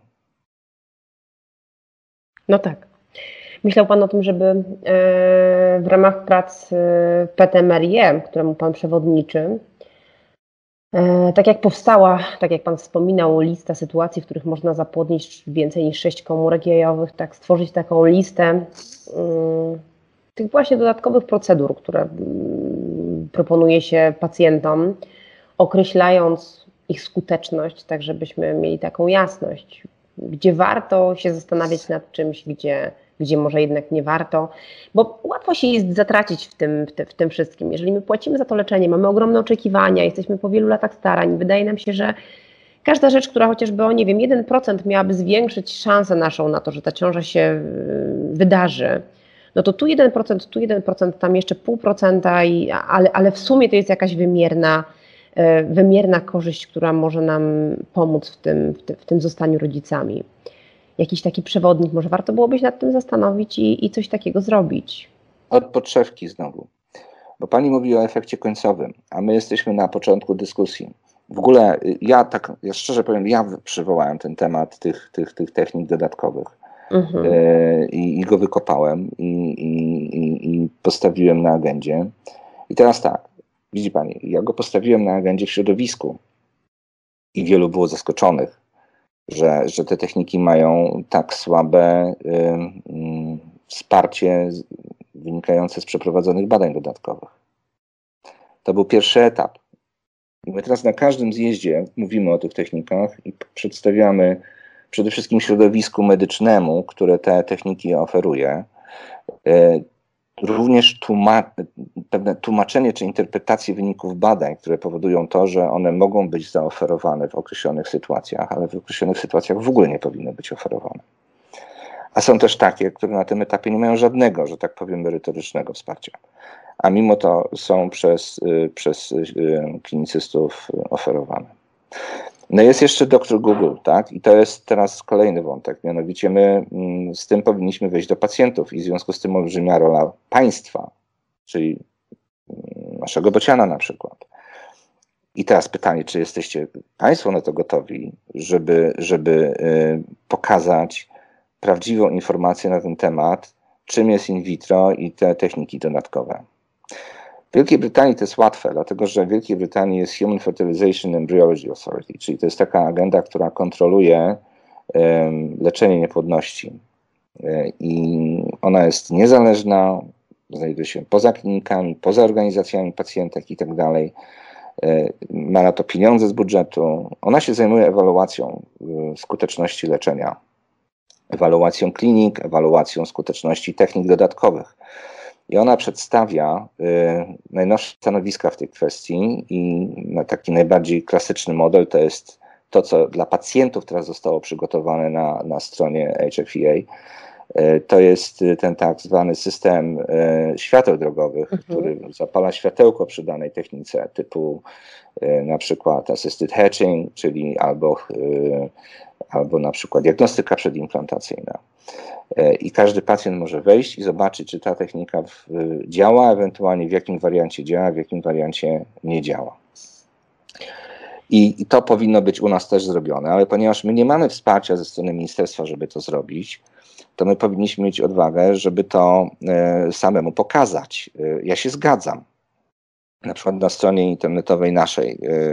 No tak. Myślał pan o tym, żeby w ramach prac PTMRIE, któremu pan przewodniczy, tak jak powstała, tak jak pan wspominał, lista sytuacji, w których można zapłodnić więcej niż 6 komórek jajowych, tak stworzyć taką listę tych właśnie dodatkowych procedur, które proponuje się pacjentom, określając ich skuteczność, tak żebyśmy mieli taką jasność, gdzie warto się zastanawiać nad czymś, gdzie może jednak nie warto, bo łatwo się jest zatracić w tym wszystkim. Jeżeli my płacimy za to leczenie, mamy ogromne oczekiwania, jesteśmy po wielu latach starań, wydaje nam się, że każda rzecz, która chociażby o, nie wiem, 1% miałaby zwiększyć szansę naszą na to, że ta ciąża się wydarzy, no to tu 1%, tam jeszcze 0,5%, ale w sumie to jest jakaś wymierna korzyść, która może nam pomóc w tym zostaniu rodzicami. Jakiś taki przewodnik, może warto byłoby się nad tym zastanowić i coś takiego zrobić. Od podszewki znowu, bo pani mówi o efekcie końcowym, a my jesteśmy na początku dyskusji. W ogóle ja szczerze powiem, ja przywołałem ten temat tych technik dodatkowych i go wykopałem i postawiłem na agendzie. I teraz tak, widzi pani, ja go postawiłem na agendzie w środowisku i wielu było zaskoczonych, że te techniki mają tak słabe wsparcie wynikające z przeprowadzonych badań dodatkowych. To był pierwszy etap. I my teraz na każdym zjeździe mówimy o tych technikach i przedstawiamy przede wszystkim środowisku medycznemu, które te techniki oferuje, również pewne tłumaczenie czy interpretację wyników badań, które powodują to, że one mogą być zaoferowane w określonych sytuacjach, ale w określonych sytuacjach w ogóle nie powinny być oferowane. A są też takie, które na tym etapie nie mają żadnego, że tak powiem, merytorycznego wsparcia. A mimo to są przez klinicystów oferowane. No jest jeszcze dr Google, tak? I to jest teraz kolejny wątek. Mianowicie my z tym powinniśmy wejść do pacjentów i w związku z tym olbrzymia rola państwa, czyli naszego Bociana na przykład. I teraz pytanie, czy jesteście państwo na to gotowi, żeby pokazać prawdziwą informację na ten temat, czym jest in vitro i te techniki dodatkowe. W Wielkiej Brytanii to jest łatwe, dlatego że w Wielkiej Brytanii jest Human Fertilization Embryology Authority, czyli to jest taka agenda, która kontroluje leczenie niepłodności. I ona jest niezależna, znajduje się poza klinikami, poza organizacjami pacjentek i tak dalej. Ma na to pieniądze z budżetu. Ona się zajmuje ewaluacją skuteczności leczenia, ewaluacją klinik, ewaluacją skuteczności technik dodatkowych. I ona przedstawia najnowsze stanowiska w tej kwestii i taki najbardziej klasyczny model to jest to, co dla pacjentów teraz zostało przygotowane na stronie HFEA. To jest ten tak zwany system świateł drogowych, który zapala światełko przy danej technice typu na przykład assisted hatching, czyli albo na przykład diagnostyka przedimplantacyjna. I każdy pacjent może wejść i zobaczyć, czy ta technika działa, ewentualnie w jakim wariancie działa, w jakim wariancie nie działa. I to powinno być u nas też zrobione, ale ponieważ my nie mamy wsparcia ze strony ministerstwa, żeby to zrobić, to my powinniśmy mieć odwagę, żeby to samemu pokazać. Ja się zgadzam. Na przykład na stronie internetowej naszej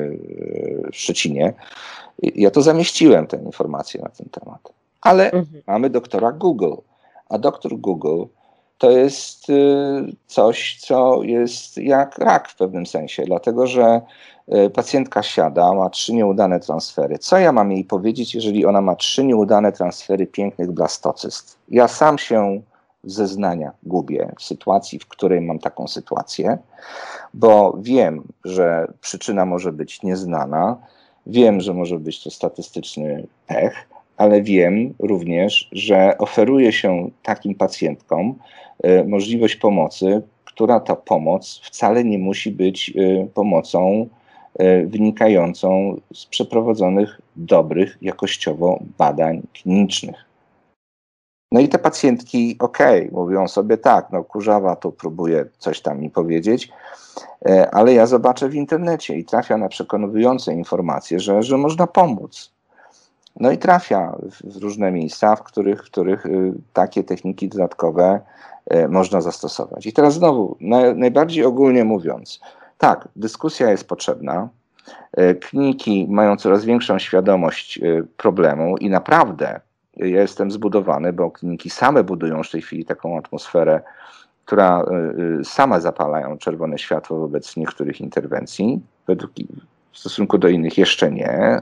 w Szczecinie, ja to zamieściłem, tę informację na ten temat. Ale mamy doktora Google, a doktor Google to jest coś, co jest jak rak w pewnym sensie, dlatego że pacjentka siada, ma 3 nieudane transfery. Co ja mam jej powiedzieć, jeżeli ona ma 3 nieudane transfery pięknych blastocyst? Ja sam się w zeznaniach gubię w sytuacji, w której mam taką sytuację, bo wiem, że przyczyna może być nieznana, wiem, że może być to statystyczny pech, ale wiem również, że oferuje się takim pacjentkom możliwość pomocy, która ta pomoc wcale nie musi być pomocą wynikającą z przeprowadzonych dobrych jakościowo badań klinicznych. No i te pacjentki, mówią sobie tak, no kurzawa to próbuje coś tam mi powiedzieć, ale ja zobaczę w internecie i trafia na przekonujące informacje, że można pomóc. No i trafia w różne miejsca, w których takie techniki dodatkowe można zastosować. I teraz znowu, najbardziej ogólnie mówiąc, tak, dyskusja jest potrzebna, kliniki mają coraz większą świadomość problemu i naprawdę ja jestem zbudowany, bo kliniki same budują w tej chwili taką atmosferę, która same zapalają czerwone światło wobec niektórych interwencji, w stosunku do innych jeszcze nie,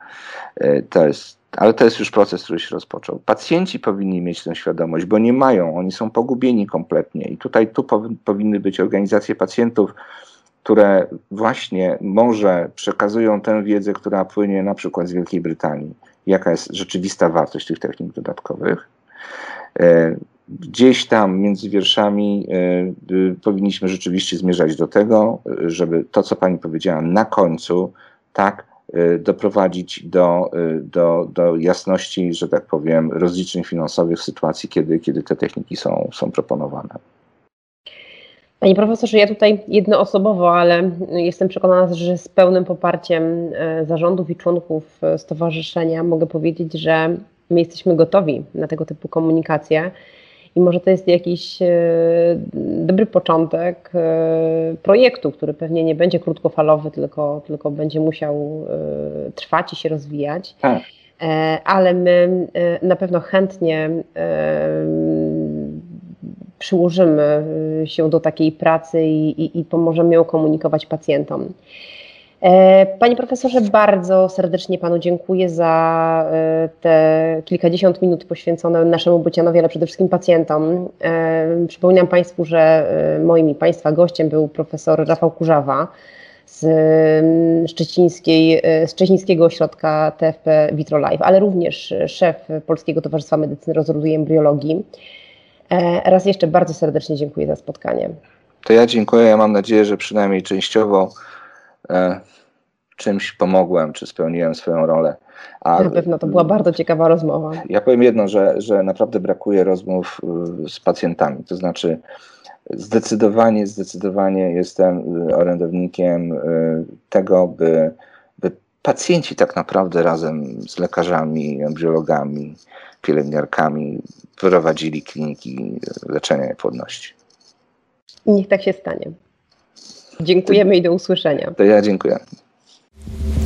ale to jest już proces, który się rozpoczął. Pacjenci powinni mieć tę świadomość, bo nie mają, oni są pogubieni kompletnie i tu powinny być organizacje pacjentów, które właśnie może przekazują tę wiedzę, która płynie na przykład z Wielkiej Brytanii, jaka jest rzeczywista wartość tych technik dodatkowych. Gdzieś tam między wierszami powinniśmy rzeczywiście zmierzać do tego, żeby to, co pani powiedziała na końcu, tak doprowadzić do jasności, że tak powiem, rozliczeń finansowych w sytuacji, kiedy te techniki są proponowane. Panie profesorze, ja tutaj jednoosobowo, ale jestem przekonana, że z pełnym poparciem zarządów i członków stowarzyszenia mogę powiedzieć, że my jesteśmy gotowi na tego typu komunikację i może to jest jakiś dobry początek projektu, który pewnie nie będzie krótkofalowy, tylko będzie musiał trwać i się rozwijać. Tak. Ale my na pewno chętnie przyłożymy się do takiej pracy i pomożemy ją komunikować pacjentom. Panie profesorze, bardzo serdecznie panu dziękuję za te kilkadziesiąt minut poświęcone naszemu Bocianowi, ale przede wszystkim pacjentom. Przypominam państwu, że moim i państwa gościem był profesor Rafał Kurzawa z Szczecińskiego Ośrodka TFP VitroLife, ale również szef Polskiego Towarzystwa Medycyny Rozrodu i Embriologii. Raz jeszcze bardzo serdecznie dziękuję za spotkanie. To ja dziękuję. Ja mam nadzieję, że przynajmniej częściowo czymś pomogłem, czy spełniłem swoją rolę. Na pewno to była bardzo ciekawa rozmowa. Ja powiem jedno, że naprawdę brakuje rozmów z pacjentami. To znaczy zdecydowanie jestem orędownikiem tego, by pacjenci tak naprawdę razem z lekarzami, embriologami, pielęgniarkami prowadzili kliniki leczenia niepłodności. I niech tak się stanie. Dziękujemy i do usłyszenia. To ja dziękuję.